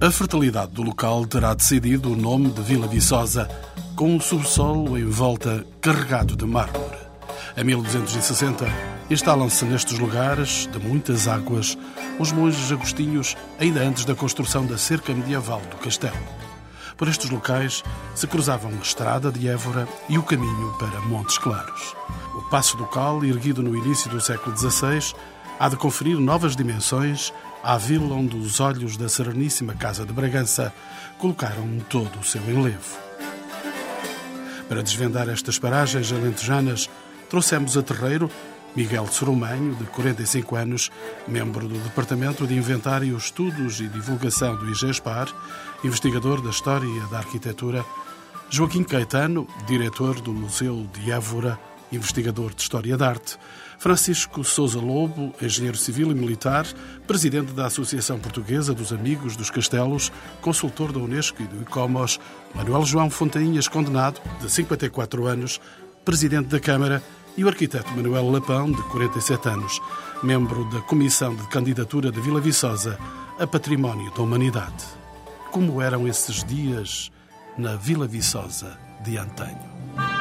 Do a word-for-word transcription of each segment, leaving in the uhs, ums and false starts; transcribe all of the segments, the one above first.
A fertilidade do local terá decidido o nome de Vila Viçosa, com um subsolo em volta carregado de mármore. Em mil duzentos e sessenta, instalam-se nestes lugares, de muitas águas, os monges agostinhos, ainda antes da construção da cerca medieval do castelo. Por estes locais se cruzavam a estrada de Évora e o caminho para Montes Claros. O Paço do Cal, erguido no início do século dezasseis, há de conferir novas dimensões à vila onde os olhos da Sereníssima Casa de Bragança colocaram todo o seu enlevo. Para desvendar estas paragens alentejanas, trouxemos a terreiro Miguel Soromanho, de quarenta e cinco anos, membro do Departamento de Inventário, Estudos e Divulgação do IGESPAR, investigador da História e da Arquitetura, Joaquim Caetano, diretor do Museu de Évora, investigador de História da Arte, Francisco Sousa Lobo, engenheiro civil e militar, presidente da Associação Portuguesa dos Amigos dos Castelos, consultor da Unesco e do ICOMOS, Manuel João Fontainhas Condenado, de cinquenta e quatro anos, presidente da Câmara, e o arquiteto Manuel Lapão, de quarenta e sete anos, membro da Comissão de Candidatura de Vila Viçosa a Património da Humanidade. Como eram esses dias na Vila Viçosa de antanho?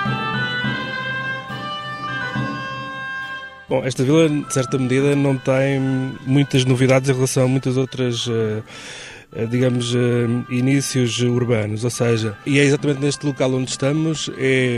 Bom, esta vila, de certa medida, não tem muitas novidades em relação a muitas outras, digamos, inícios urbanos, ou seja, e é exatamente neste local onde estamos,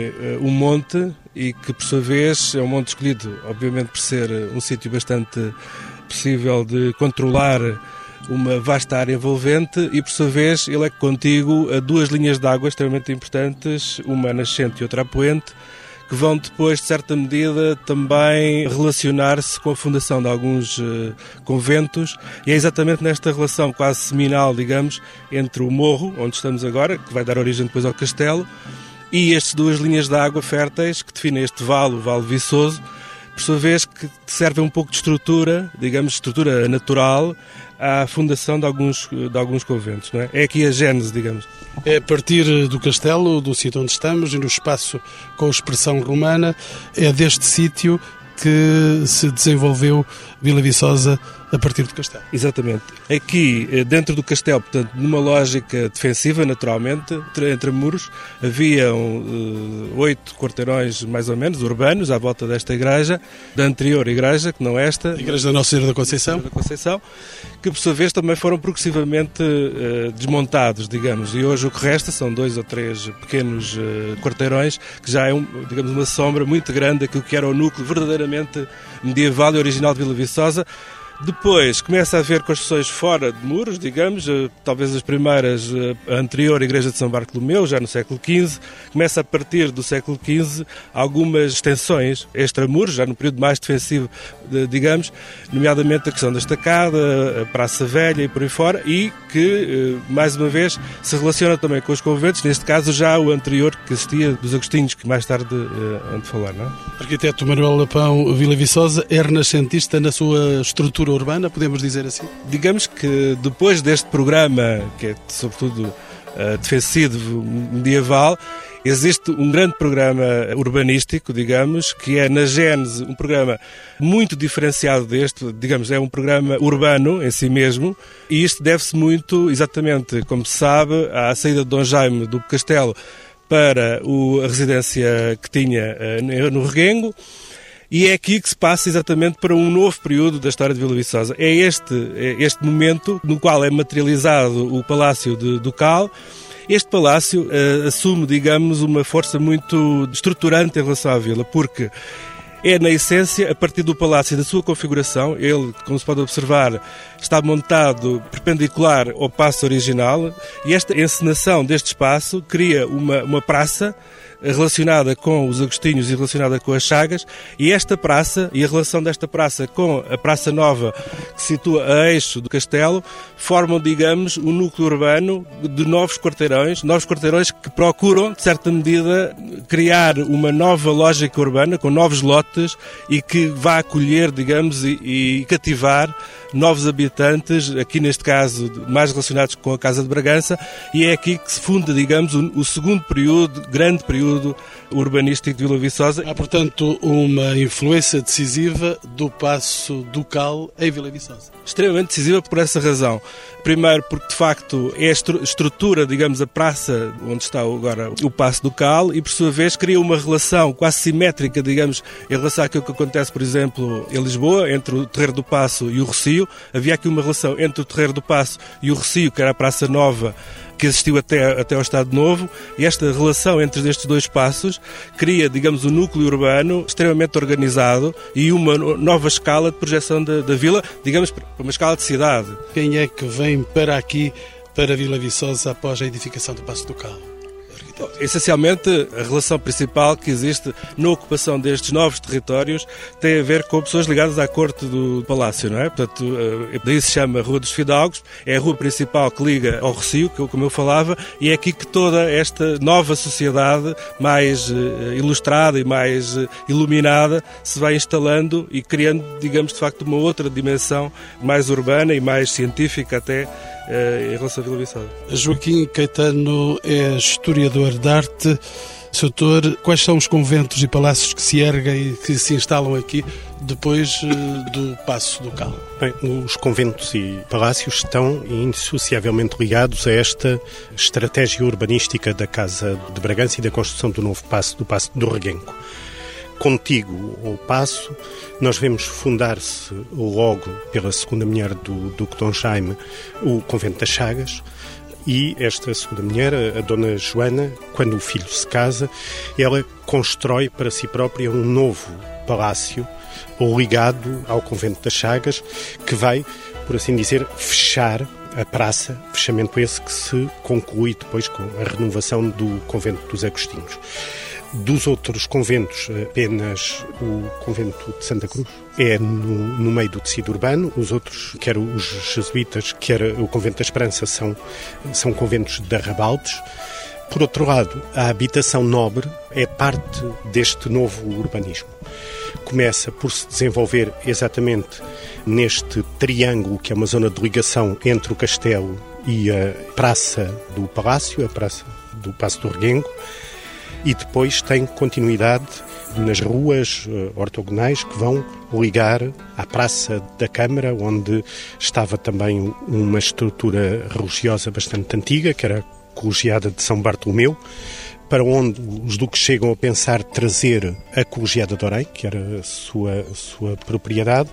é um monte e que, por sua vez, é um monte escolhido, obviamente, por ser um sítio bastante possível de controlar uma vasta área envolvente e, por sua vez, ele é contíguo a duas linhas de água extremamente importantes, uma nascente e outra a poente, que vão depois, de certa medida, também relacionar-se com a fundação de alguns uh, conventos, e é exatamente nesta relação quase seminal, digamos, entre o morro, onde estamos agora, que vai dar origem depois ao castelo, e estas duas linhas de água férteis que definem este vale, o Vale Viçoso, por sua vez, que servem um pouco de estrutura, digamos, estrutura natural, à fundação de alguns, de alguns conventos, não é? É aqui a gênese, digamos. É a partir do castelo, do sítio onde estamos, e no espaço com expressão romana, é deste sítio que se desenvolveu Vila Viçosa a partir do castelo. Exatamente. Aqui, dentro do castelo, portanto, numa lógica defensiva, naturalmente, entre muros, haviam uh, oito quarteirões, mais ou menos, urbanos, à volta desta igreja, da anterior igreja, que não esta. A Igreja da Nossa Senhora da Conceição. Da Conceição, que, por sua vez, também foram progressivamente uh, desmontados, digamos, e hoje o que resta são dois ou três pequenos uh, quarteirões, que já é, um, digamos, uma sombra muito grande daquilo que era o núcleo verdadeiramente medieval e original de Vila Viçosa. Depois começa a haver construções fora de muros, digamos, talvez as primeiras, a anterior Igreja de São Bartolomeu, já no século quinze, começa a partir do século quinze algumas extensões extramuros, já no período mais defensivo, digamos, nomeadamente a questão da estacada, a Praça Velha e por aí fora, e que, mais uma vez, se relaciona também com os conventos, neste caso já o anterior que existia dos Agostinhos, que mais tarde uh, ando de falar, não é? Arquiteto Manuel Lapão, Vila Viçosa é renascentista na sua estrutura urbana, podemos dizer assim? Digamos que depois deste programa, que é sobretudo uh, defensivo medieval, existe um grande programa urbanístico, digamos, que é na gênese um programa muito diferenciado deste, digamos, é um programa urbano em si mesmo, e isto deve-se muito, exatamente, como se sabe, à saída de Dom Jaime do Castelo para o, a residência que tinha uh, no Reguengo. E é aqui que se passa exatamente para um novo período da história de Vila Viçosa. É este, é este momento no qual é materializado o Palácio de, do Cal. Este palácio uh, assume, digamos, uma força muito estruturante em relação à vila, porque é, na essência, a partir do palácio e da sua configuração, ele, como se pode observar, está montado perpendicular ao paço original, e esta encenação deste espaço cria uma, uma praça relacionada com os Agostinhos e relacionada com as Chagas, e esta praça e a relação desta praça com a Praça Nova, que se situa a eixo do castelo, formam, digamos, um núcleo urbano de novos quarteirões, novos quarteirões que procuram, de certa medida, criar uma nova lógica urbana, com novos lotes, e que vá acolher, digamos, e, e cativar novos habitantes, aqui neste caso mais relacionados com a Casa de Bragança, e é aqui que se funda, digamos, o, o segundo período, grande período período urbanístico de Vila Viçosa. Há, portanto, uma influência decisiva do Paço Ducal em Vila Viçosa. Extremamente decisiva por essa razão. Primeiro porque, de facto, é a estrutura, digamos, a praça onde está agora o Paço Ducal e, por sua vez, cria uma relação quase simétrica, digamos, em relação àquilo que acontece, por exemplo, em Lisboa, entre o Terreiro do Paço e o Rossio. Havia aqui uma relação entre o Terreiro do Paço e o Rossio, que era a Praça Nova, que existiu até, até ao Estado Novo, e esta relação entre estes dois passos cria, digamos, um núcleo urbano extremamente organizado e uma nova escala de projeção da, da vila, digamos, para uma escala de cidade. Quem é que vem para aqui, para Vila Viçosa, após a edificação do Paço Ducal? Essencialmente, a relação principal que existe na ocupação destes novos territórios tem a ver com pessoas ligadas à corte do palácio, não é? Portanto, daí se chama Rua dos Fidalgos, é a rua principal que liga ao Rossio, como eu falava, e é aqui que toda esta nova sociedade mais ilustrada e mais iluminada se vai instalando e criando, digamos, de facto, uma outra dimensão mais urbana e mais científica até em relação a Vila Viçosa. Joaquim Caetano é historiador de arte. Doutor, quais são os conventos e palácios que se erguem e que se instalam aqui depois do Paço Ducal? Bem, os conventos e palácios estão indissociavelmente ligados a esta estratégia urbanística da Casa de Bragança e da construção do novo paço, do Paço do Reguenco. Contíguo ao paço, nós vemos fundar-se logo pela segunda mulher do Duque Dom Jaime o Convento das Chagas, e esta segunda mulher, a Dona Joana, quando o filho se casa, ela constrói para si própria um novo palácio ligado ao Convento das Chagas, que vai, por assim dizer, fechar a praça, fechamento esse que se conclui depois com a renovação do Convento dos Agostinhos. Dos outros conventos, apenas o convento de Santa Cruz é no, no meio do tecido urbano. Os outros, quer os jesuítas, quer o convento da Esperança, são, são conventos de arrabaldes. Por outro lado, a habitação nobre é parte deste novo urbanismo. Começa por se desenvolver exatamente neste triângulo, que é uma zona de ligação entre o castelo e a praça do palácio, a praça do Paço do Reguenco, e depois tem continuidade nas ruas uh, ortogonais que vão ligar à Praça da Câmara, onde estava também uma estrutura religiosa bastante antiga, que era a Colegiada de São Bartolomeu, para onde os duques chegam a pensar trazer a Colegiada de Orem, que era a sua, a sua propriedade,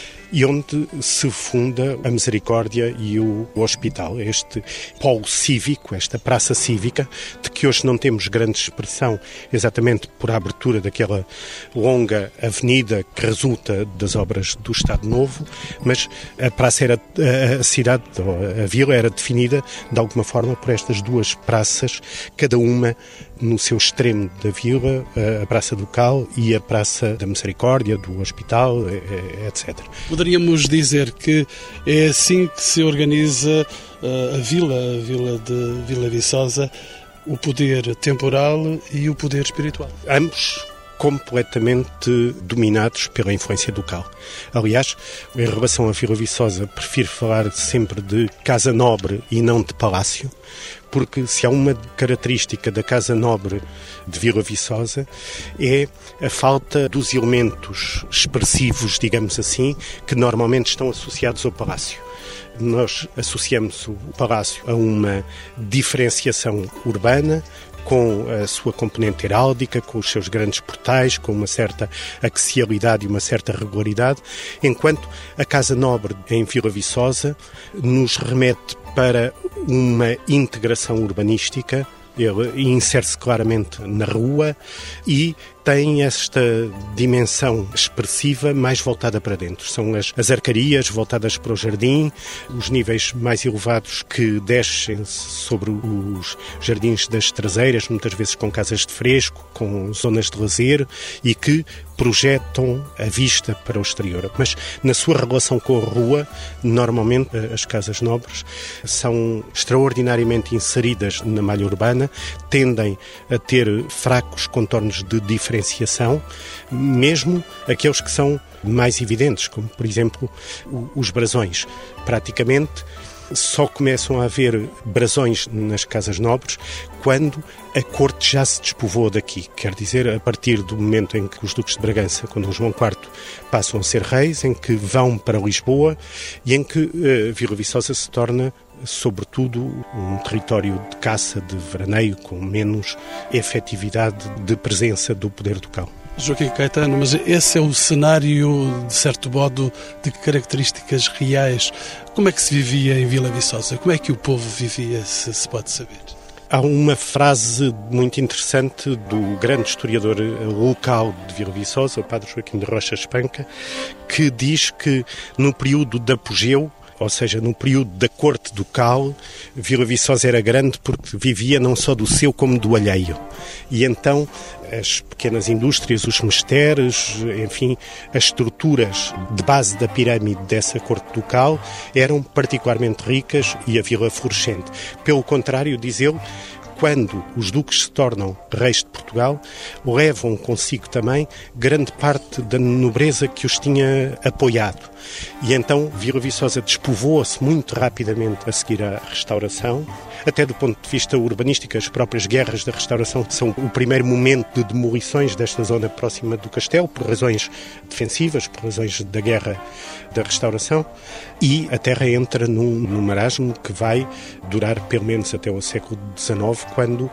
e onde se funda a Misericórdia e o Hospital, este polo cívico, esta praça cívica, de que hoje não temos grande expressão, exatamente por a abertura daquela longa avenida que resulta das obras do Estado Novo, mas a praça era, a cidade, a vila era definida de alguma forma por estas duas praças, cada uma no seu extremo da vila, a Praça Ducal e a Praça da Misericórdia, do Hospital, etcétera. Poderíamos dizer que é assim que se organiza a vila, a vila de Vila Viçosa, o poder temporal e o poder espiritual. Ambos completamente dominados pela influência ducal. Aliás, em relação a Vila Viçosa, prefiro falar sempre de casa nobre e não de palácio, porque se há uma característica da Casa Nobre de Vila Viçosa é a falta dos elementos expressivos, digamos assim, que normalmente estão associados ao palácio. Nós associamos o palácio a uma diferenciação urbana, com a sua componente heráldica, com os seus grandes portais, com uma certa axialidade e uma certa regularidade, enquanto a Casa Nobre em Vila Viçosa nos remete para uma integração urbanística. Ele insere-se claramente na rua e tem esta dimensão expressiva mais voltada para dentro. São as, as arcarias voltadas para o jardim, os níveis mais elevados que descem sobre os jardins das traseiras, muitas vezes com casas de fresco, com zonas de lazer e que projetam a vista para o exterior. Mas na sua relação com a rua, normalmente as casas nobres são extraordinariamente inseridas na malha urbana, tendem a ter fracos contornos de diferenciação, mesmo aqueles que são mais evidentes, como por exemplo os brasões. Praticamente só começam a haver brasões nas casas nobres quando a corte já se despovoa daqui. Quer dizer, a partir do momento em que os duques de Bragança, com Dom João quarto, passam a ser reis, em que vão para Lisboa e em que uh, Vila Viçosa se torna, sobretudo, um território de caça, de veraneio, com menos efetividade de presença do poder ducal. Joaquim Caetano, mas esse é o cenário, de certo modo, de características reais. Como é que se vivia em Vila Viçosa? Como é que o povo vivia, se se pode saber? Há uma frase muito interessante do grande historiador local de Vila Viçosa, o padre Joaquim de Rocha Espanca, que diz que no período de apogeu, ou seja, no período da corte ducal, Vila Viçosa era grande porque vivia não só do seu como do alheio. E então as pequenas indústrias, os mesteres, enfim, as estruturas de base da pirâmide dessa corte ducal eram particularmente ricas e a vila florescente. Pelo contrário, diz ele, quando os duques se tornam reis de Portugal, levam consigo também grande parte da nobreza que os tinha apoiado. E então Vila Viçosa despovoa-se muito rapidamente a seguir à restauração. Até do ponto de vista urbanístico, as próprias guerras da restauração são o primeiro momento de demolições desta zona próxima do castelo, por razões defensivas, por razões da guerra da restauração, e a terra entra num, num marasmo que vai durar pelo menos até o século dezenove, quando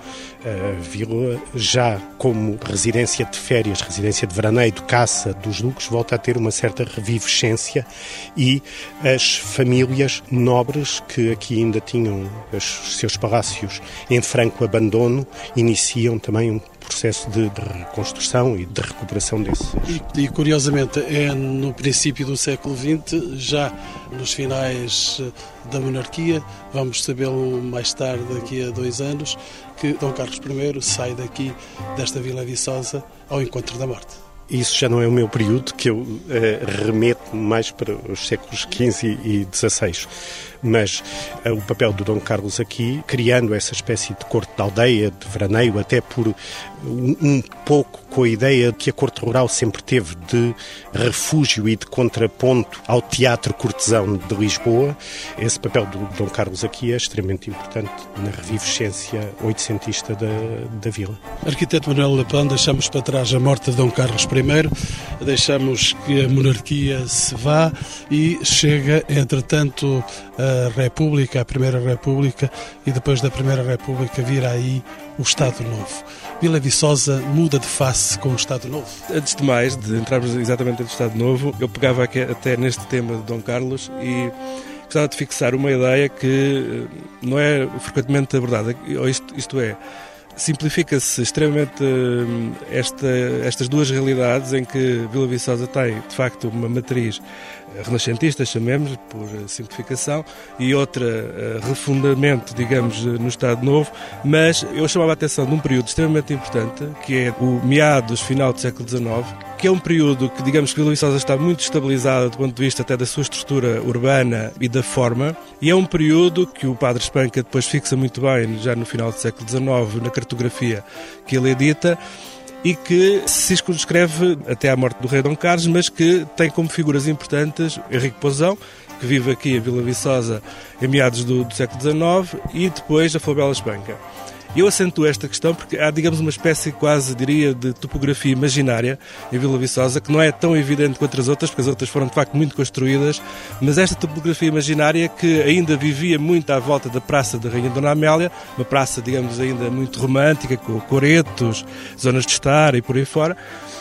a vila, já como residência de férias, residência de veraneio, de caça dos duques, volta a ter uma certa revivescência, e as famílias nobres que aqui ainda tinham os seus palácios em franco abandono iniciam também um processo de, de reconstrução e de recuperação desses. E, e curiosamente é no princípio do século vinte, já nos finais da monarquia, vamos sabê-lo mais tarde, daqui a dois anos, que Dom Carlos I sai daqui, desta Vila Viçosa, ao encontro da morte. Isso já não é o meu período, que eu eh, remeto mais para os séculos quinze e dezasseis. Mas uh, o papel do Dom Carlos aqui, criando essa espécie de corte de aldeia, de veraneio, até por um, um pouco com a ideia que a corte rural sempre teve de refúgio e de contraponto ao teatro cortesão de Lisboa, esse papel do Dom Carlos aqui é extremamente importante na revivescência oitocentista da, da vila. Arquiteto Manuel Lapão, deixamos para trás a morte de Dom Carlos I, deixamos que a monarquia se vá e chega, entretanto, a República, a Primeira República, e depois da Primeira República vira aí o Estado Novo. Vila Viçosa muda de face com o Estado Novo? Antes de mais, de entrarmos exatamente no Estado Novo, eu pegava aqui, até neste tema de Dom Carlos, e gostava de fixar uma ideia que não é frequentemente abordada, isto, isto é, simplifica-se extremamente esta, estas duas realidades em que Vila Viçosa tem, de facto, uma matriz renascentista, chamemos por simplificação, e outra uh, refundamento, digamos, no Estado Novo, mas eu chamava a atenção de um período extremamente importante, que é o meados, final do século dezenove, que é um período que, digamos, que Vila Viçosa está muito estabilizada do ponto de vista até da sua estrutura urbana e da forma, e é um período que o padre Espanca depois fixa muito bem, já no final do século dezenove, na cartografia que ele edita, e que se circunscreve até à morte do rei Dom Carlos, mas que tem como figuras importantes Henrique Pousão, que vive aqui em Vila Viçosa em meados do, do século dezenove, e depois a Flabela Espanca. Eu acentuo esta questão porque há, digamos, uma espécie quase, diria, de topografia imaginária em Vila Viçosa, que não é tão evidente quanto as outras, porque as outras foram de facto muito construídas, mas esta topografia imaginária que ainda vivia muito à volta da Praça da Rainha Dona Amélia, uma praça, digamos, ainda muito romântica, com coretos, zonas de estar e por aí fora.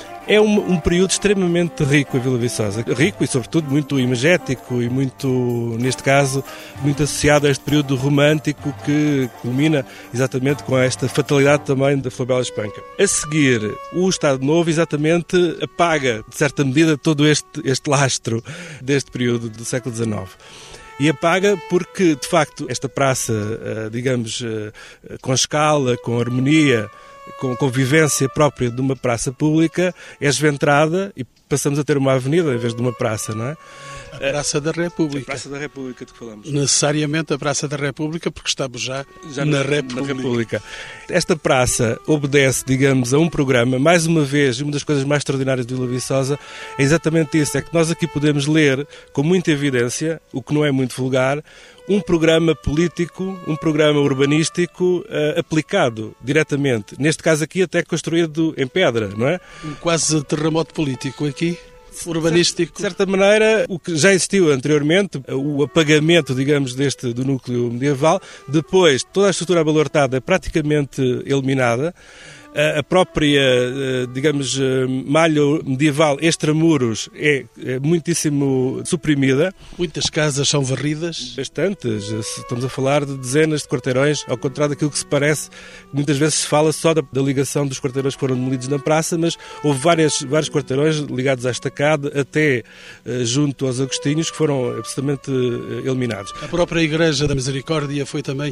É um, um período extremamente rico a Vila Viçosa. Rico e, sobretudo, muito imagético e muito, neste caso, muito associado a este período romântico que culmina exatamente com esta fatalidade também da Flabela Espanca. A seguir, o Estado Novo exatamente apaga, de certa medida, todo este, este lastro deste período do século dezenove. E apaga porque, de facto, esta praça, digamos, com escala, com harmonia, com convivência própria de uma praça pública, é esventrada e passamos a ter uma avenida em vez de uma praça, não é? A Praça da República. A Praça da República de que falamos. Necessariamente a Praça da República, porque estamos já, já na, na, República. na República. Esta praça obedece, digamos, a um programa, mais uma vez, uma das coisas mais extraordinárias de Vila Viçosa é exatamente isso, é que nós aqui podemos ler com muita evidência, o que não é muito vulgar, um programa político, um programa urbanístico uh, aplicado diretamente. Neste caso aqui até construído em pedra, não é? Um quase terremoto político aqui. Urbanístico. De certa maneira, o que já existiu anteriormente, o apagamento, digamos, deste, do núcleo medieval, depois toda a estrutura abalortada é praticamente eliminada. A própria, digamos, malha medieval extramuros é muitíssimo suprimida. Muitas casas são varridas? Bastantes. Estamos a falar de dezenas de quarteirões, ao contrário daquilo que se parece. Muitas vezes se fala só da, da ligação dos quarteirões que foram demolidos na praça, mas houve várias, vários quarteirões ligados à estacada, até junto aos Agostinhos, que foram absolutamente eliminados. A própria Igreja da Misericórdia foi também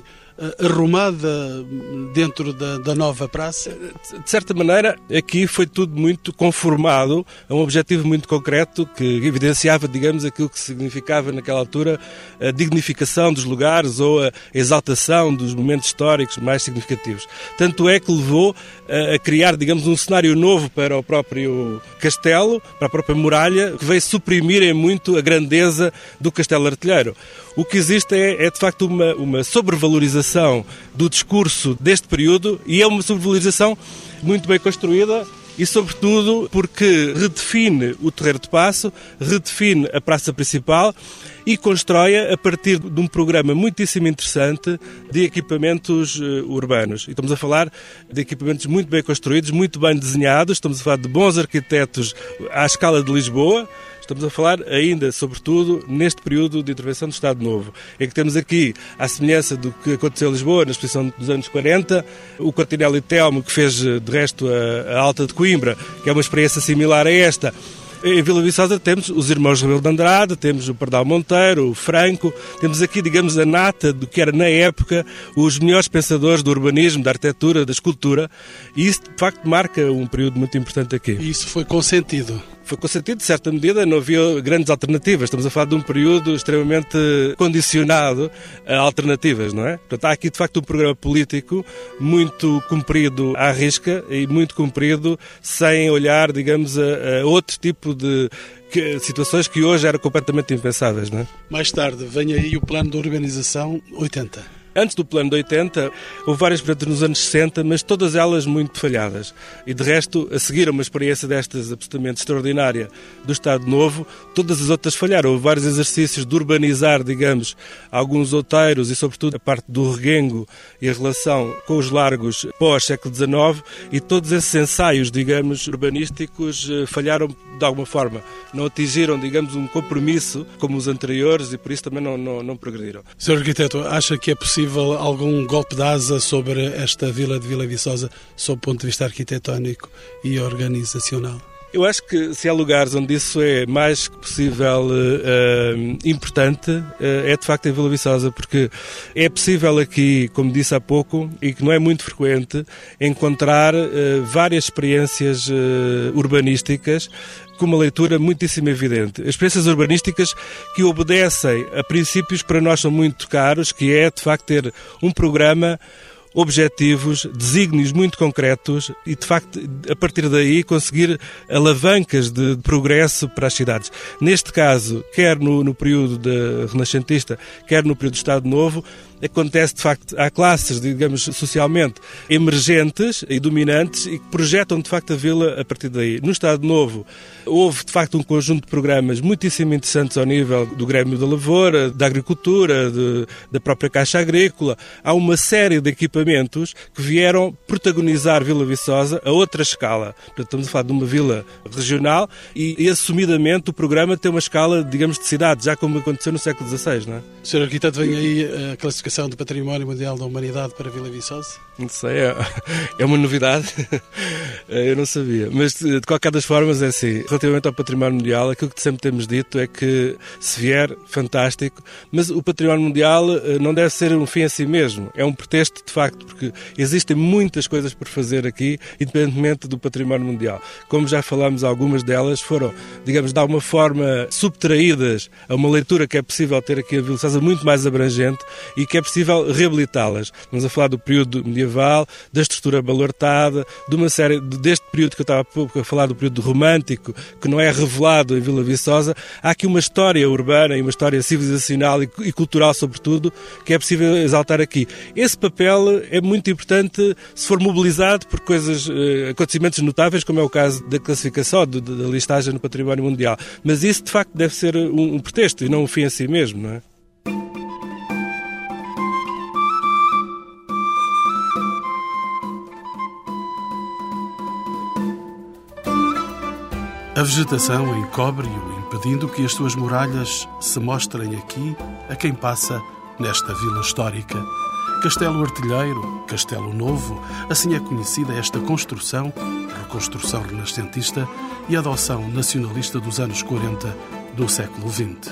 arrumada dentro da, da nova praça? De certa maneira, aqui foi tudo muito conformado a um objetivo muito concreto que evidenciava, digamos, aquilo que significava naquela altura a dignificação dos lugares ou a exaltação dos momentos históricos mais significativos. Tanto é que levou a criar, digamos, um cenário novo para o próprio castelo, para a própria muralha, que veio suprimir em muito a grandeza do castelo artilheiro. O que existe é, é de facto, uma, uma sobrevalorização do discurso deste período e é uma sobrevalorização muito bem construída e, sobretudo, porque redefine o Terreiro de Paço, redefine a praça principal e constrói a partir de um programa muitíssimo interessante de equipamentos urbanos. E estamos a falar de equipamentos muito bem construídos, muito bem desenhados, estamos a falar de bons arquitetos à escala de Lisboa. Estamos a falar ainda, sobretudo, neste período de intervenção do Estado Novo, em que temos aqui, à semelhança do que aconteceu em Lisboa, na exposição dos anos quarenta, o Cortinelli Telmo, que fez, de resto, a, a Alta de Coimbra, que é uma experiência similar a esta. Em Vila Viçosa temos os irmãos Rebelo de Andrade, temos o Pardal Monteiro, o Franco, temos aqui, digamos, a nata do que era, na época, os melhores pensadores do urbanismo, da arquitetura, da escultura, e isso, de facto, marca um período muito importante aqui. E isso foi consentido? Foi consentido, de certa medida, não havia grandes alternativas. Estamos a falar de um período extremamente condicionado a alternativas, não é? Portanto, há aqui, de facto, um programa político muito cumprido à risca e muito cumprido sem olhar, digamos, a, a outro tipo de que, situações que hoje eram completamente impensáveis, não é? Mais tarde, vem aí o plano de urbanização oitenta. Antes do plano de oitenta, houve várias projetos nos anos sessenta, mas todas elas muito falhadas. E, de resto, a seguir a uma experiência destas absolutamente extraordinária do Estado Novo, todas as outras falharam. Houve vários exercícios de urbanizar, digamos, alguns outeiros e, sobretudo, a parte do reguengo e a relação com os largos pós-século dezenove, e todos esses ensaios, digamos, urbanísticos falharam de alguma forma. Não atingiram, digamos, um compromisso como os anteriores e, por isso, também não, não, não progrediram. senhor Arquiteto, acha que é possível algum golpe de asa sobre esta vila de Vila Viçosa, sob o ponto de vista arquitetónico e organizacional? Eu acho que se há lugares onde isso é mais que possível uh, importante, uh, é de facto em Vila Viçosa, porque é possível aqui, como disse há pouco, e que não é muito frequente, encontrar uh, várias experiências uh, urbanísticas com uma leitura muitíssimo evidente. As experiências urbanísticas que obedecem a princípios que para nós são muito caros, que é, de facto, ter um programa, objetivos, desígnios muito concretos e, de facto, a partir daí conseguir alavancas de progresso para as cidades. Neste caso, quer no, no período de renascentista, quer no período do Estado Novo, acontece, de facto, há classes, digamos, socialmente emergentes e dominantes e que projetam, de facto, a vila a partir daí. No Estado Novo, houve, de facto, um conjunto de programas muitíssimo interessantes ao nível do Grêmio da Lavoura, da Agricultura, de, da própria Caixa Agrícola. Há uma série de equipamentos que vieram protagonizar Vila Viçosa a outra escala. Portanto, estamos a falar de uma vila regional e, e assumidamente, o programa tem uma escala, digamos, de cidade, já como aconteceu no século dezasseis, não é? senhor Arquiteto, vem aí a classificação classificação do Património Mundial da Humanidade para Vila Viçosa? Não sei, é, é uma novidade, eu não sabia. Mas, de qualquer das formas, é assim, relativamente ao Património Mundial, aquilo que sempre temos dito é que, se vier, fantástico, mas o Património Mundial não deve ser um fim a si mesmo, é um pretexto, de facto, porque existem muitas coisas por fazer aqui, independentemente do Património Mundial. Como já falámos, algumas delas foram, digamos, de alguma forma subtraídas a uma leitura que é possível ter aqui a Vila Viçosa muito mais abrangente e que é possível reabilitá-las. Estamos a falar do período medieval, da estrutura baluartada, de uma série, deste período que eu estava há pouco a falar, do período romântico, que não é revelado em Vila Viçosa. Há aqui uma história urbana e uma história civilizacional e, e cultural, sobretudo, que é possível exaltar aqui. Esse papel é muito importante se for mobilizado por coisas, acontecimentos notáveis, como é o caso da classificação, de, de, da listagem no Património Mundial. Mas isso, de facto, deve ser um, um pretexto e não um fim a si mesmo, não é? A vegetação encobre-o, impedindo que as suas muralhas se mostrem aqui a quem passa nesta vila histórica. Castelo Artilheiro, Castelo Novo, assim é conhecida esta construção, reconstrução renascentista e adoção nacionalista dos anos quarenta do século vinte.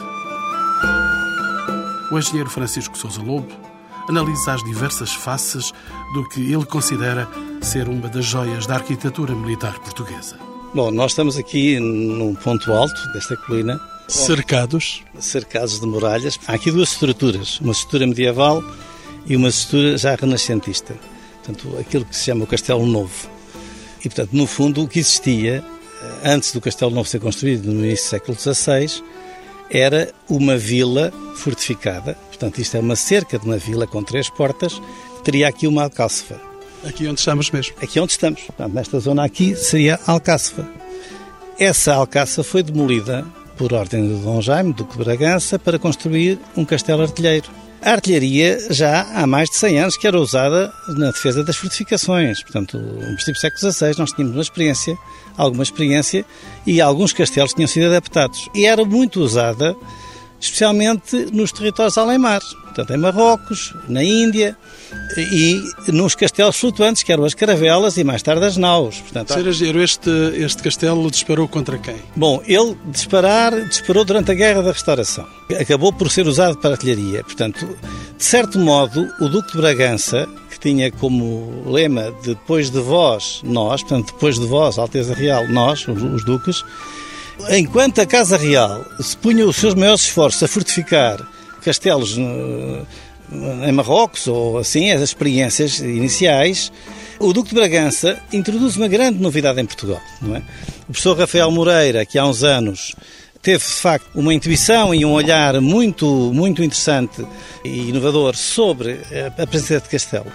O engenheiro Francisco Sousa Lobo analisa as diversas faces do que ele considera ser uma das joias da arquitetura militar portuguesa. Bom, nós estamos aqui num ponto alto desta colina. Cercados. Cercados de muralhas. Há aqui duas estruturas, uma estrutura medieval e uma estrutura já renascentista. Portanto, aquilo que se chama o Castelo Novo. E, portanto, no fundo, o que existia, antes do Castelo Novo ser construído, no início do século dezasseis, era uma vila fortificada. Portanto, isto é uma cerca de uma vila com três portas, que teria aqui uma alcáçova. Aqui onde estamos mesmo. Aqui onde estamos. Portanto, nesta zona aqui seria a alcáçova. Essa alcáçova foi demolida por ordem de Dom Jaime, Duque de Bragança, para construir um castelo artilheiro. A artilharia já há mais de cem anos que era usada na defesa das fortificações. Portanto, no princípio do século dezasseis nós tínhamos uma experiência, alguma experiência, e alguns castelos tinham sido adaptados. E era muito usada, especialmente nos territórios além-mar. Portanto, em Marrocos, na Índia e nos castelos flutuantes, que eram as caravelas e mais tarde as naus. Portanto, Senhor Engenheiro, este, este castelo disparou contra quem? Bom, ele disparar, disparou durante a Guerra da Restauração. Acabou por ser usado para artilharia. Portanto, de certo modo, o Duque de Bragança, que tinha como lema depois de vós, nós, portanto, depois de vós, Alteza Real, nós, os, os duques, enquanto a Casa Real se punha os seus maiores esforços a fortificar castelos em Marrocos, ou assim, as experiências iniciais, o Duque de Bragança introduz uma grande novidade em Portugal, não é? O professor Rafael Moreira, que há uns anos teve, de facto, uma intuição e um olhar muito, muito interessante e inovador sobre a presença de castelo.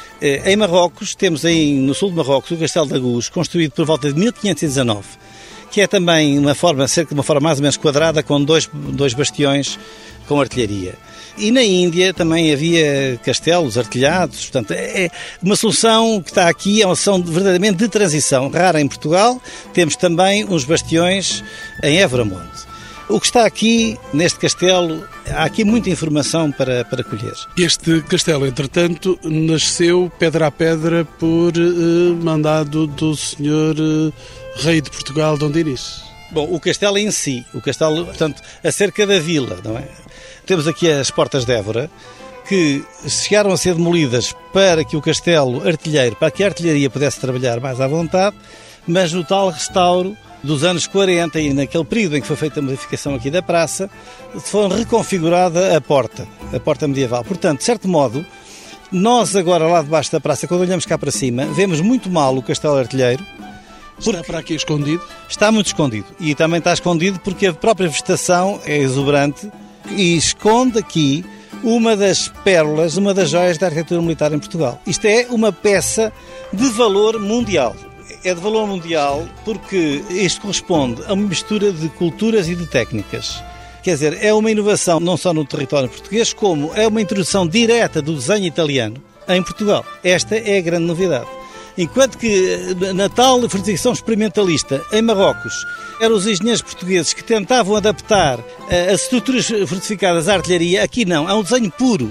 Em Marrocos, temos aí, no sul de Marrocos, o Castelo de Agús, construído por volta de mil quinhentos e dezanove, que é também uma forma, cerca de uma forma mais ou menos quadrada, com dois, dois bastiões com artilharia. E na Índia também havia castelos artilhados, portanto, é uma solução que está aqui, é uma solução verdadeiramente de transição, rara em Portugal. Temos também uns bastiões em Évora-Monte. O que está aqui, neste castelo, há aqui muita informação para, para colher. Este castelo, entretanto, nasceu pedra a pedra por eh, mandado do senhor eh, rei de Portugal, Dom Dinis. Bom, o castelo em si, o castelo, portanto, a cerca da vila, não é? Temos aqui as portas de Évora, que chegaram a ser demolidas para que o castelo artilheiro, para que a artilharia pudesse trabalhar mais à vontade, mas no tal restauro dos anos quarenta e naquele período em que foi feita a modificação aqui da praça, foi reconfigurada a porta, a porta medieval. Portanto, de certo modo, nós agora lá debaixo da praça, quando olhamos cá para cima, vemos muito mal o castelo artilheiro. Está para aqui escondido? Está muito escondido. E também está escondido porque a própria vegetação é exuberante e esconde aqui uma das pérolas, uma das joias da arquitetura militar em Portugal. Isto é uma peça de valor mundial. É de valor mundial porque isto corresponde a uma mistura de culturas e de técnicas. Quer dizer, é uma inovação não só no território português, como é uma introdução direta do desenho italiano em Portugal. Esta é a grande novidade. Enquanto que na tal fortificação experimentalista em Marrocos eram os engenheiros portugueses que tentavam adaptar as estruturas fortificadas à artilharia, aqui não, há um desenho puro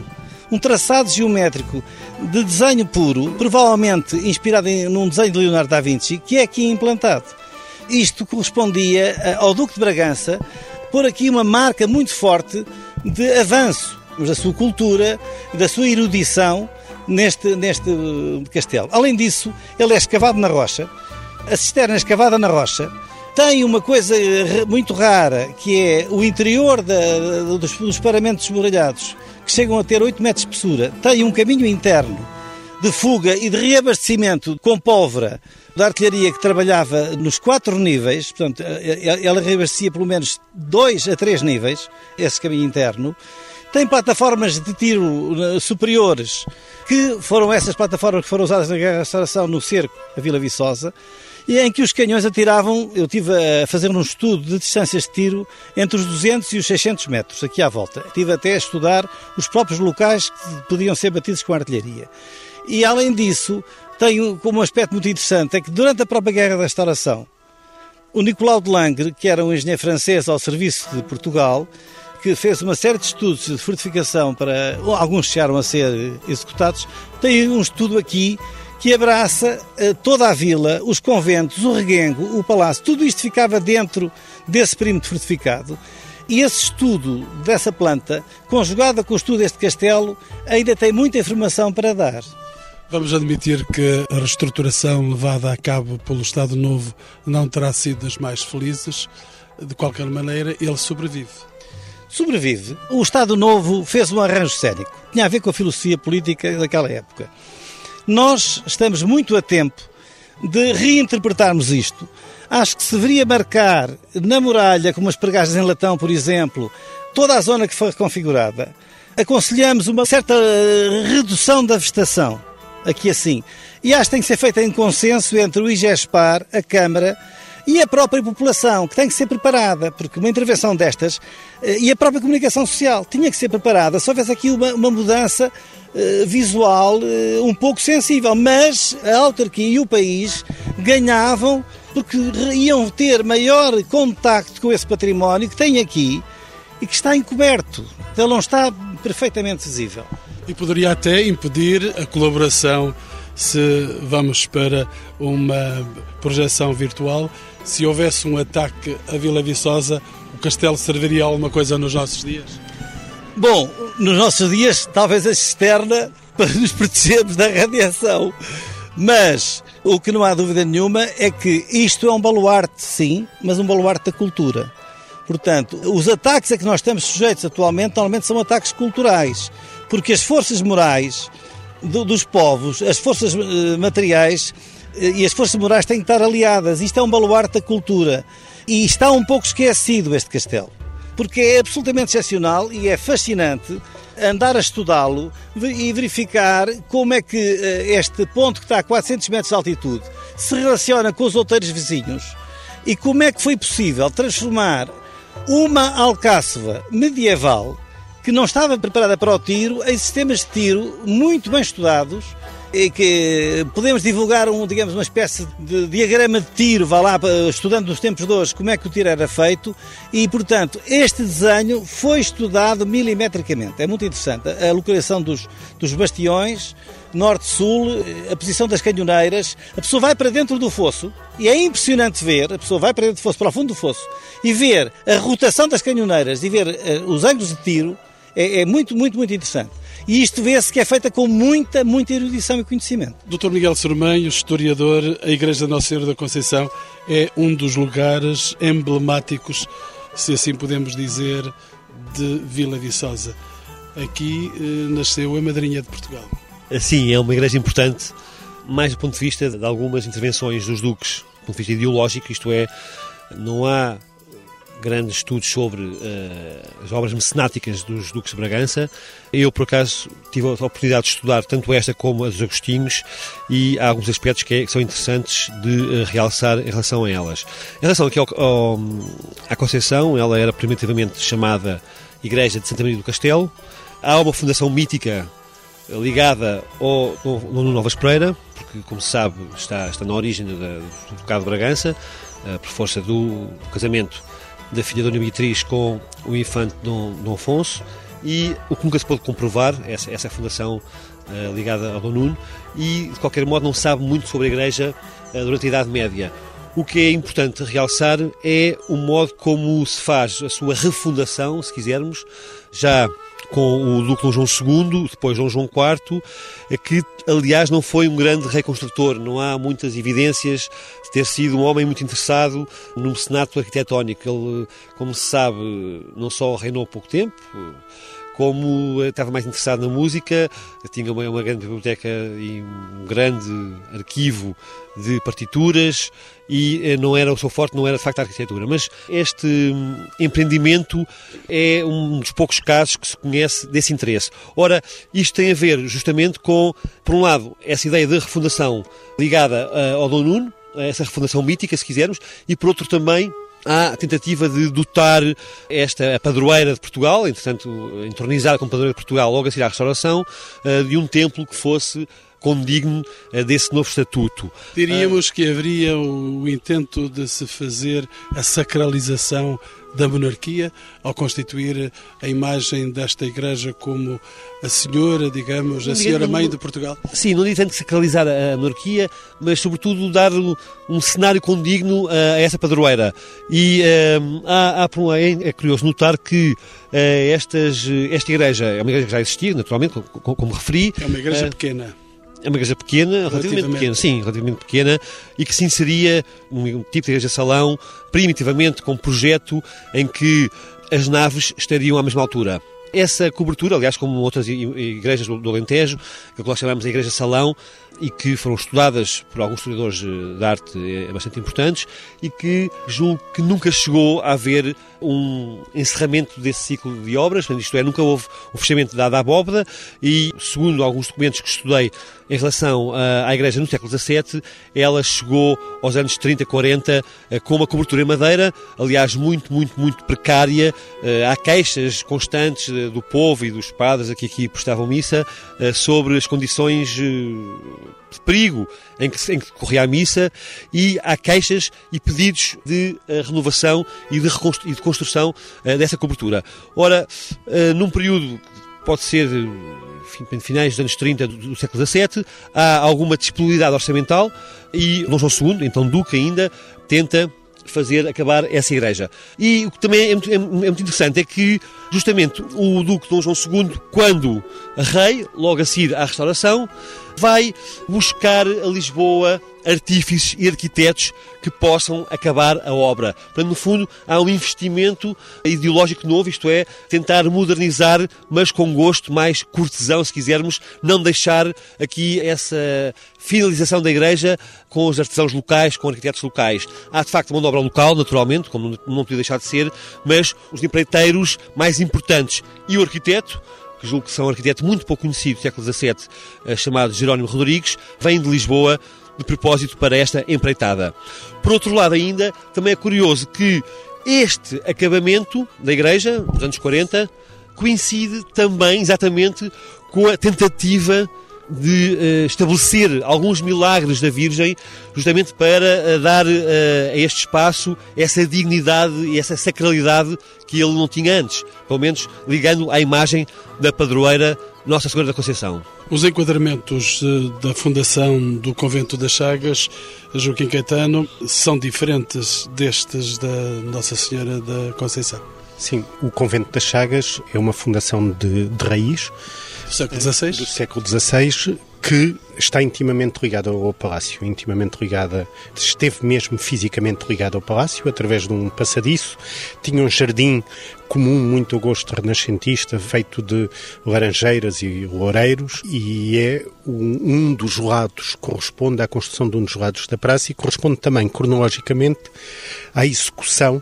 um traçado geométrico de desenho puro, provavelmente inspirado em, num desenho de Leonardo da Vinci, que é aqui implantado. Isto correspondia ao Duque de Bragança pôr aqui uma marca muito forte de avanço da sua cultura, da sua erudição neste, neste castelo. Além disso, ele é escavado na rocha, a cisterna é escavada na rocha, tem uma coisa muito rara, que é o interior da, dos, dos paramentos esmuralhados, que chegam a ter oito metros de espessura, tem um caminho interno de fuga e de reabastecimento com pólvora da artilharia que trabalhava nos quatro níveis, portanto, ela reabastecia pelo menos dois a três níveis, esse caminho interno. Tem plataformas de tiro superiores, que foram essas plataformas que foram usadas na Guerra da Restauração no cerco a Vila Viçosa, e em que os canhões atiravam, eu estive a fazer um estudo de distâncias de tiro entre os duzentos e os seiscentos metros, aqui à volta. Estive até a estudar os próprios locais que podiam ser batidos com a artilharia. E, além disso, tem como um aspecto muito interessante, é que durante a própria Guerra da Restauração, o Nicolau de Langres, que era um engenheiro francês ao serviço de Portugal, que fez uma série de estudos de fortificação, para alguns chegaram a ser executados, tem um estudo aqui que abraça toda a vila, os conventos, o reguengo, o palácio, tudo isto ficava dentro desse perímetro fortificado. E esse estudo dessa planta, conjugado com o estudo deste castelo, ainda tem muita informação para dar. Vamos admitir que a reestruturação levada a cabo pelo Estado Novo não terá sido das mais felizes. De qualquer maneira, ele sobrevive. Sobrevive. O Estado Novo fez um arranjo cénico. Tinha a ver com a filosofia política daquela época. Nós estamos muito a tempo de reinterpretarmos isto. Acho que se deveria marcar na muralha, com umas pregagens em latão, por exemplo, toda a zona que foi reconfigurada. Aconselhamos uma certa redução da vegetação, aqui assim. E acho que tem que ser feita em consenso entre o IGESPAR, a Câmara e a própria população, que tem que ser preparada, porque uma intervenção destas, e a própria comunicação social, tinha que ser preparada, se houvesse aqui uma, uma mudança uh, visual uh, um pouco sensível, mas a autarquia e o país ganhavam porque iam ter maior contacto com esse património que tem aqui e que está encoberto, ele não está perfeitamente visível. E poderia até impedir a colaboração, se vamos para uma projeção virtual. Se houvesse um ataque à Vila Viçosa, o castelo serviria a alguma coisa nos nossos dias? Bom, nos nossos dias, talvez a cisterna para nos protegermos da radiação. Mas o que não há dúvida nenhuma é que isto é um baluarte, sim, mas um baluarte da cultura. Portanto, os ataques a que nós estamos sujeitos atualmente, normalmente são ataques culturais, porque as forças morais do, dos povos, as forças uh, materiais e as forças morais têm que estar aliadas. Isto é um baluarte da cultura. E está um pouco esquecido este castelo. Porque é absolutamente excepcional e é fascinante andar a estudá-lo e verificar como é que este ponto, que está a quatrocentos metros de altitude, se relaciona com os outeiros vizinhos e como é que foi possível transformar uma alcáçova medieval que não estava preparada para o tiro em sistemas de tiro muito bem estudados, e que podemos divulgar um, digamos, uma espécie de diagrama de tiro, vá lá, estudando nos tempos de hoje como é que o tiro era feito, e, portanto, este desenho foi estudado milimetricamente. É muito interessante. A localização dos, dos bastiões, norte-sul, a posição das canhoneiras. A pessoa vai para dentro do fosso, e é impressionante ver, a pessoa vai para dentro do fosso, para o fundo do fosso, e ver a rotação das canhoneiras, e ver uh, os ângulos de tiro, é, é muito, muito, muito interessante. E isto vê-se que é feita com muita, muita erudição e conhecimento. doutor Miguel Sormanho, historiador, a Igreja Nossa Senhora da Conceição é um dos lugares emblemáticos, se assim podemos dizer, de Vila Viçosa. Aqui eh, nasceu a Madrinha de Portugal. Sim, é uma igreja importante, mais do ponto de vista de algumas intervenções dos duques, do ponto de vista ideológico, isto é, não há grandes estudos sobre uh, as obras mecenáticas dos duques de Bragança. Eu, por acaso, tive a oportunidade de estudar tanto esta como a dos Agostinhos, e há alguns aspectos que, é, que são interessantes de uh, realçar em relação a elas. Em relação aqui ao, ao, à Conceição, ela era primitivamente chamada Igreja de Santa Maria do Castelo. Há uma fundação mítica ligada ao Nuno Novas Pereira, porque, como se sabe, está, está na origem da, do Ducado de Bragança, uh, por força do casamento da filha Dona Beatriz com o infante Dom, Dom Afonso, e o que nunca se pôde comprovar, essa, essa fundação uh, ligada ao Dom Nuno, e de qualquer modo não se sabe muito sobre a Igreja uh, durante a Idade Média. O que é importante realçar é o modo como se faz a sua refundação, se quisermos, já com o Duque Dom João segundo, depois Dom João quarto, que, aliás, não foi um grande rei construtor. Não há muitas evidências de ter sido um homem muito interessado no mecenato arquitetónico. Ele, como se sabe, não só reinou pouco tempo, como estava mais interessado na música, tinha uma, uma grande biblioteca e um grande arquivo de partituras, e não era o seu forte, não era de facto a arquitetura. Mas este hum, empreendimento é um dos poucos casos que se conhece desse interesse. Ora, isto tem a ver justamente com, por um lado, essa ideia de refundação ligada uh, ao Dom Nuno, essa refundação mítica, se quisermos, e por outro também há a tentativa de dotar esta padroeira de Portugal, entretanto entronizada como padroeira de Portugal logo a seguir à restauração, uh, de um templo que fosse condigno desse novo estatuto. Diríamos que haveria o intento de se fazer a sacralização da monarquia ao constituir a imagem desta Igreja como a senhora, digamos, a senhora-mãe de Portugal? Sim, não digo tanto sacralizar a monarquia, mas sobretudo dar um cenário condigno a essa padroeira. E um, há, há, é curioso notar que uh, estas, esta Igreja é uma Igreja que já existia, naturalmente, como, como referi. É uma Igreja uh, pequena. É uma igreja pequena, relativamente, relativamente pequena, sim, relativamente pequena, e que se inseria um tipo de igreja-salão, primitivamente com projeto em que as naves estariam à mesma altura. Essa cobertura, aliás, como outras igrejas do Alentejo, que nós chamamos de igreja-salão, e que foram estudadas por alguns historiadores de arte bastante importantes, e que julgo que nunca chegou a haver um encerramento desse ciclo de obras, isto é, nunca houve o fechamento da abóbada, e segundo alguns documentos que estudei em relação à Igreja no século dezassete, ela chegou aos anos trinta, quarenta com uma cobertura em madeira, aliás, muito, muito, muito precária. Há queixas constantes do povo e dos padres que aqui prestavam missa sobre as condições de perigo em que, em que decorria a missa, e há queixas e pedidos de uh, renovação e de, reconstru- e de construção uh, dessa cobertura. Ora, uh, num período que pode ser enfim, finais dos anos trinta do, do século dezassete, há alguma disponibilidade orçamental, e Dom João segundo, então Duque ainda, tenta fazer acabar essa igreja. E o que também é muito, é muito interessante é que justamente o Duque Dom João segundo, quando rei, logo a seguir à restauração, vai buscar a Lisboa artífices e arquitetos que possam acabar a obra. Portanto, no fundo, há um investimento ideológico novo, isto é, tentar modernizar, mas com gosto mais cortesão, se quisermos, não deixar aqui essa finalização da igreja com os artesãos locais, com arquitetos locais. Há, de facto, uma obra local, naturalmente, como não podia deixar de ser, mas os empreiteiros mais importantes e o arquiteto, que julgo que são um arquiteto muito pouco conhecido do século dezassete, chamado Jerónimo Rodrigues, vem de Lisboa de propósito para esta empreitada. Por outro lado ainda, também é curioso que este acabamento da igreja, dos anos quarenta, coincide também exatamente com a tentativa de uh, estabelecer alguns milagres da Virgem, justamente para uh, dar uh, a este espaço essa dignidade e essa sacralidade que ele não tinha antes, pelo menos ligando à imagem da padroeira Nossa Senhora da Conceição. Os enquadramentos da fundação do Convento das Chagas, Joaquim Caetano, são diferentes destes da Nossa Senhora da Conceição? Sim, o Convento das Chagas é uma fundação de, de raiz do século dezasseis? Do século dezasseis, que está intimamente ligada ao Palácio, intimamente ligada, esteve mesmo fisicamente ligada ao Palácio, através de um passadiço. Tinha um jardim comum, muito ao gosto renascentista, feito de laranjeiras e loureiros, e é um, um dos lados, corresponde à construção de um dos lados da praça, e corresponde também, cronologicamente, à execução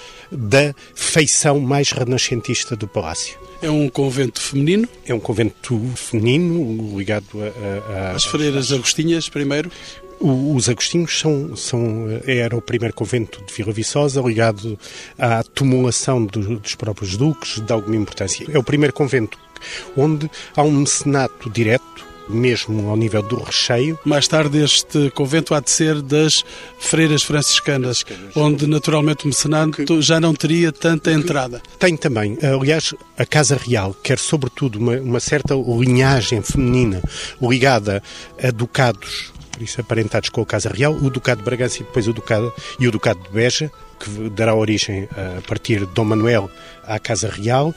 da feição mais renascentista do Palácio. É um convento feminino? É um convento feminino ligado a... a, a As freiras agostinhas, primeiro? O, os agostinhos são, são, era o primeiro convento de Vila Viçosa, ligado à tumulação do, dos próprios duques, de alguma importância. É o primeiro convento onde há um mecenato direto mesmo ao nível do recheio. Mais tarde este convento há de ser das freiras franciscanas, onde naturalmente o mecenato que, já não teria tanta entrada. Tem também, aliás, a Casa Real quer sobretudo uma, uma certa linhagem feminina ligada a ducados, por isso aparentados com a Casa Real, o Ducado de Bragança e depois o Ducado, e o Ducado de Beja, que dará origem a partir de Dom Manuel à Casa Real,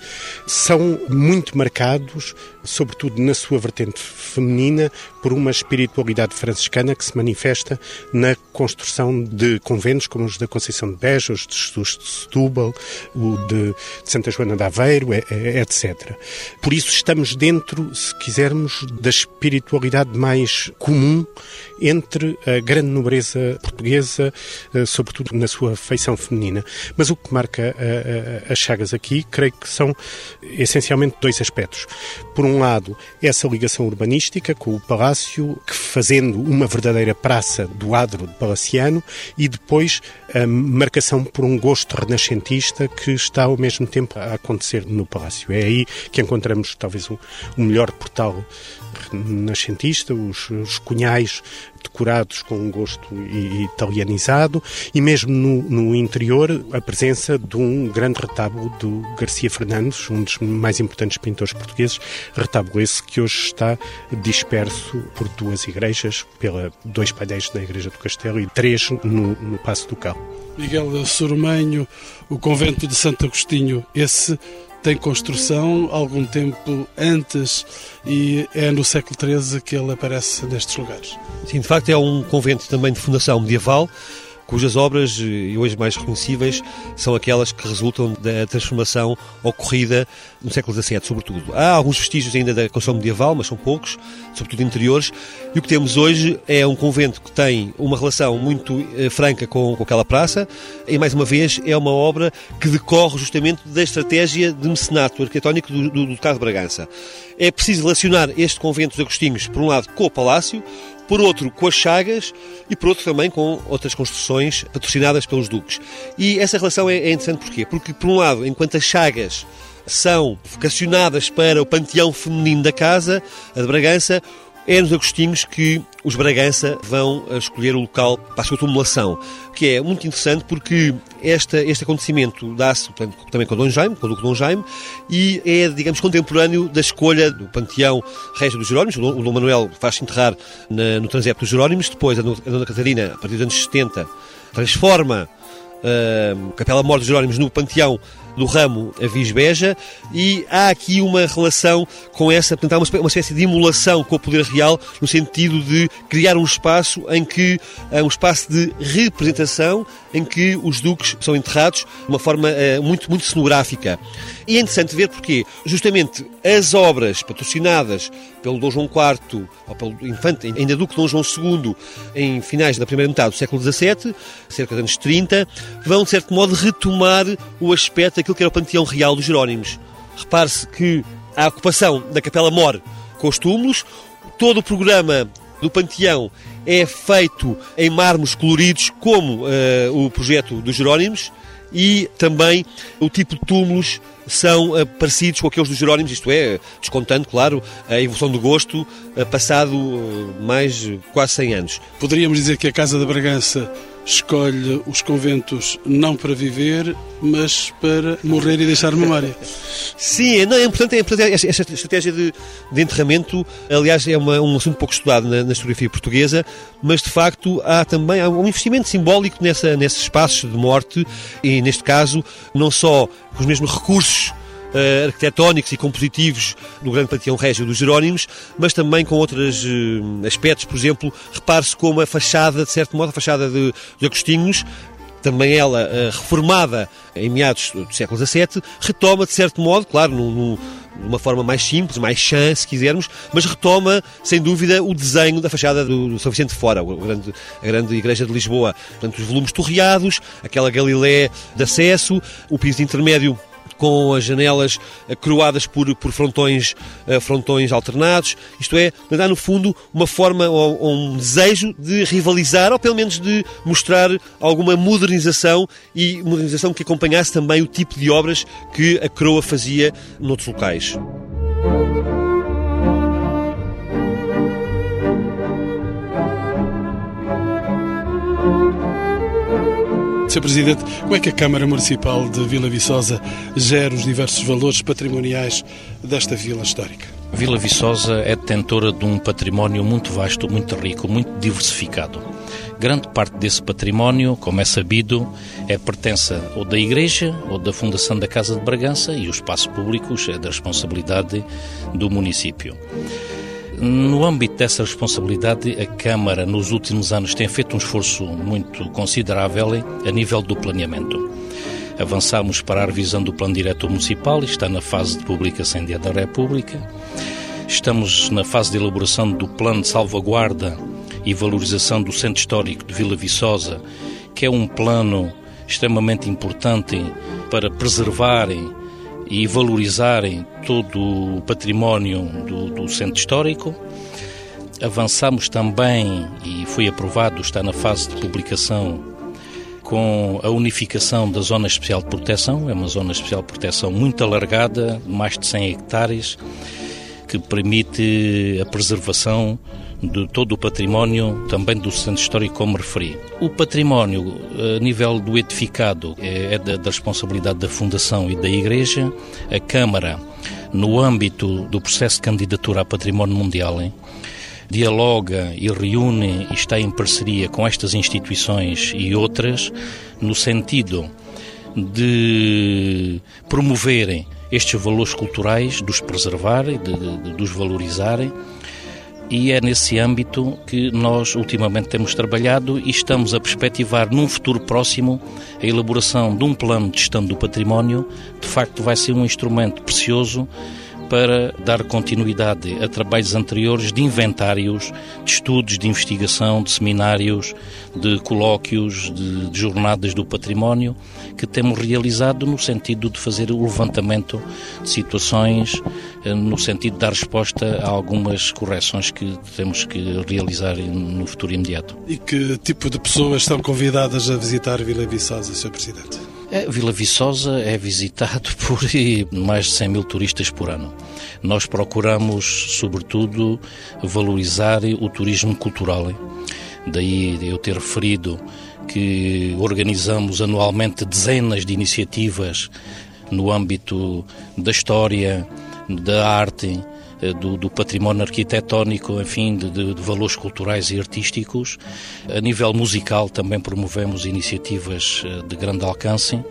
são muito marcados, sobretudo na sua vertente feminina, por uma espiritualidade franciscana que se manifesta na construção de conventos como os da Conceição de Beja, os de Jesus de Setúbal, o de Santa Joana de Aveiro, etcétera. Por isso estamos dentro, se quisermos, da espiritualidade mais comum entre a grande nobreza portuguesa, sobretudo na sua feição feminina. Mas o que marca as Chagas aqui, creio que são essencialmente dois aspectos. Por um lado, essa ligação urbanística com o palácio, que fazendo uma verdadeira praça do adro palaciano, e depois a marcação por um gosto renascentista que está ao mesmo tempo a acontecer no palácio. É aí que encontramos talvez o, o melhor portal renascentista, os, os cunhais decorados com um gosto italianizado, e mesmo no, no interior a presença de um grande retábulo do Garcia Fernandes, um dos mais importantes pintores portugueses, retábulo esse que hoje está disperso por duas igrejas, pela dois painéis na Igreja do Castelo e três no, no Paço do Cal. Miguel Sormenho, o convento de Santo Agostinho, esse tem construção algum tempo antes e é no século treze que ele aparece nestes lugares. Sim, de facto é um convento também de fundação medieval, cujas obras, e hoje mais reconhecíveis, são aquelas que resultam da transformação ocorrida no século dezassete, sobretudo. Há alguns vestígios ainda da construção medieval, mas são poucos, sobretudo interiores, e o que temos hoje é um convento que tem uma relação muito eh, franca com, com aquela praça, e mais uma vez é uma obra que decorre justamente da estratégia de mecenato arquitetónico do, do, do Ducado de Bragança. É preciso relacionar este convento dos Agostinhos, por um lado, com o palácio, por outro com as Chagas e por outro também com outras construções patrocinadas pelos duques. E essa relação é, é interessante porquê? Porque, por um lado, enquanto as Chagas são vocacionadas para o panteão feminino da casa, a de Bragança, é nos Agostinhos que os Bragança vão escolher o local para a sua tumulação, que é muito interessante porque esta, este acontecimento dá-se também com o Dom Jaime, com o Duque Dom Jaime, e é, digamos, contemporâneo da escolha do panteão régio dos Jerónimos. O Dom, o Dom Manuel faz-se enterrar na, no transepto dos Jerónimos, depois a Dona Catarina, a partir dos anos setenta, transforma a Capela Mor dos Jerónimos no panteão do ramo Avis Beja, e há aqui uma relação com essa, portanto, há uma, uma espécie de emulação com o poder real, no sentido de criar um espaço em que, um espaço de representação em que os duques são enterrados de uma forma uh, muito, muito cenográfica. E é interessante ver porque, justamente, as obras patrocinadas pelo Dom João quarto, ou pelo infante, ainda Duque Dom João segundo, em finais da primeira metade do século dezassete, cerca dos anos trinta, vão, de certo modo, retomar o aspecto daquilo que era o panteão real dos Jerónimos. Repare-se que a ocupação da Capela Mor com os túmulos, todo o programa do panteão é feito em mármores coloridos, como uh, o projeto dos Jerónimos, e também o tipo de túmulos são uh, parecidos com aqueles dos Jerónimos, isto é, descontando, claro, a evolução do gosto, uh, passado uh, mais uh, quase cem anos. Poderíamos dizer que a Casa de Bragança escolhe os conventos não para viver, mas para morrer e deixar memória. Sim, não, é importante, é importante esta, esta estratégia de, de enterramento, aliás, é uma, um assunto pouco estudado na, na historiografia portuguesa, mas de facto há também há um investimento simbólico nessa, nesses espaços de morte, e neste caso não só com os mesmos recursos Uh, arquitetónicos e compositivos do grande panteão régio dos Jerónimos, mas também com outros uh, aspectos. Por exemplo, repare-se como a fachada, de certo modo, a fachada de, de Agostinhos, também ela uh, reformada em meados do século dezassete, retoma, de certo modo, claro, no, no, de uma forma mais simples, mais chã, se quisermos, mas retoma, sem dúvida, o desenho da fachada do, do São Vicente de Fora, o grande, a grande igreja de Lisboa. Portanto, os volumes torreados, aquela Galilé de acesso, o piso intermédio com as janelas coroadas por, por frontões, uh, frontões alternados. Isto é, dá no fundo uma forma ou, ou um desejo de rivalizar, ou pelo menos de mostrar alguma modernização, e modernização que acompanhasse também o tipo de obras que a coroa fazia noutros locais. senhor Presidente, como é que a Câmara Municipal de Vila Viçosa gera os diversos valores patrimoniais desta vila histórica? Vila Viçosa é detentora de um património muito vasto, muito rico, muito diversificado. Grande parte desse património, como é sabido, é pertença ou da Igreja ou da Fundação da Casa de Bragança, e os espaços públicos é da responsabilidade do município. No âmbito dessa responsabilidade, a Câmara, nos últimos anos, tem feito um esforço muito considerável a nível do planeamento. Avançámos para a revisão do Plano Diretor Municipal, está na fase de publicação em Dia da República. Estamos na fase de elaboração do Plano de Salvaguarda e Valorização do Centro Histórico de Vila Viçosa, que é um plano extremamente importante para preservarem e valorizarem todo o património do, do Centro Histórico. Avançamos também, e foi aprovado, está na fase de publicação, com a unificação da Zona Especial de Proteção. É uma Zona Especial de Proteção muito alargada, mais de cem hectares, que permite a preservação de todo o património, também do Centro Histórico, como referi. O património, a nível do edificado, é da, da responsabilidade da Fundação e da Igreja. A Câmara, no âmbito do processo de candidatura a Património Mundial, hein, dialoga e reúne e está em parceria com estas instituições e outras, no sentido de promoverem estes valores culturais, de os preservarem, de, de, de os valorizarem. E é nesse âmbito que nós ultimamente temos trabalhado e estamos a perspectivar num futuro próximo a elaboração de um plano de gestão do património. De facto vai ser um instrumento precioso para dar continuidade a trabalhos anteriores de inventários, de estudos, de investigação, de seminários, de colóquios, de, de jornadas do património que temos realizado no sentido de fazer o levantamento de situações, no sentido de dar resposta a algumas correções que temos que realizar no futuro imediato. E que tipo de pessoas estão convidadas a visitar Vila Viçosa, senhor Presidente? A Vila Viçosa é visitado por mais de cem mil turistas por ano. Nós procuramos, sobretudo, valorizar o turismo cultural. Daí eu ter referido que organizamos anualmente dezenas de iniciativas no âmbito da história, da arte, Do, do património arquitetónico, enfim, de, de, de valores culturais e artísticos. A nível musical também promovemos iniciativas de grande alcance.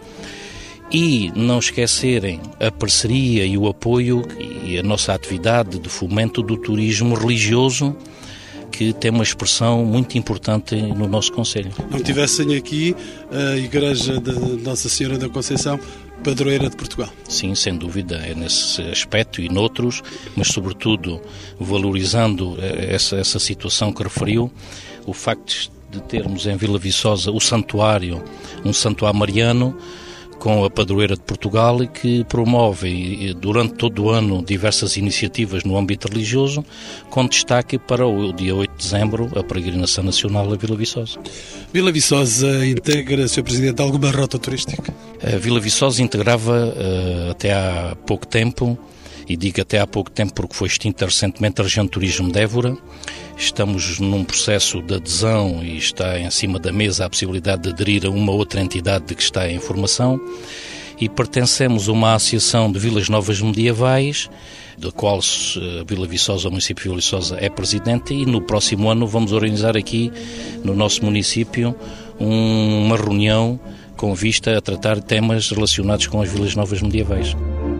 E não esquecerem a parceria e o apoio e a nossa atividade de fomento do turismo religioso, que tem uma expressão muito importante no nosso concelho. Não tivessem aqui a Igreja de Nossa Senhora da Conceição, padroeira de Portugal. Sim, sem dúvida, é nesse aspecto e noutros, mas sobretudo valorizando essa, essa situação que referiu, o facto de termos em Vila Viçosa o santuário, um santuário mariano, com a padroeira de Portugal, e que promove durante todo o ano diversas iniciativas no âmbito religioso, com destaque para o dia oito de dezembro, a peregrinação nacional a Vila Viçosa. Vila Viçosa integra, senhor Presidente, alguma rota turística? A Vila Viçosa integrava uh, até há pouco tempo, e digo até há pouco tempo porque foi extinta recentemente a região de turismo de Évora. Estamos num processo de adesão e está em cima da mesa a possibilidade de aderir a uma outra entidade que está em formação, e pertencemos a uma associação de vilas novas medievais, da qual a Vila Viçosa, o município de Vila Viçosa, é presidente, e no próximo ano vamos organizar aqui no nosso município um, uma reunião com vista a tratar temas relacionados com as vilas novas medievais.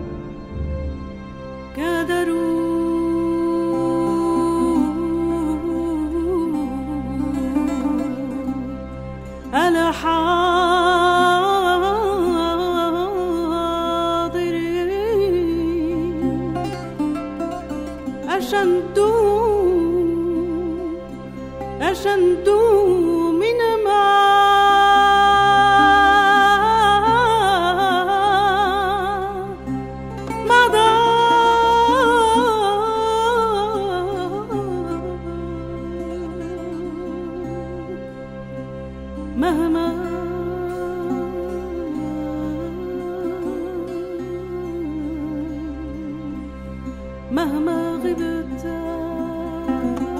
أنا حاضر أشنت أشنت من ما مضى مهما مهما غبت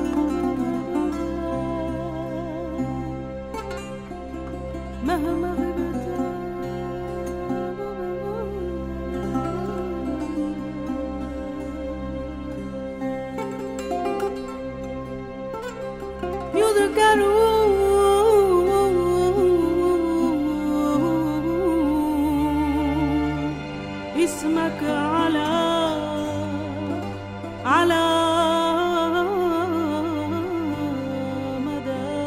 مهما غبت اسمك على على مدى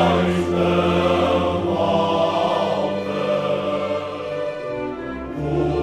Oh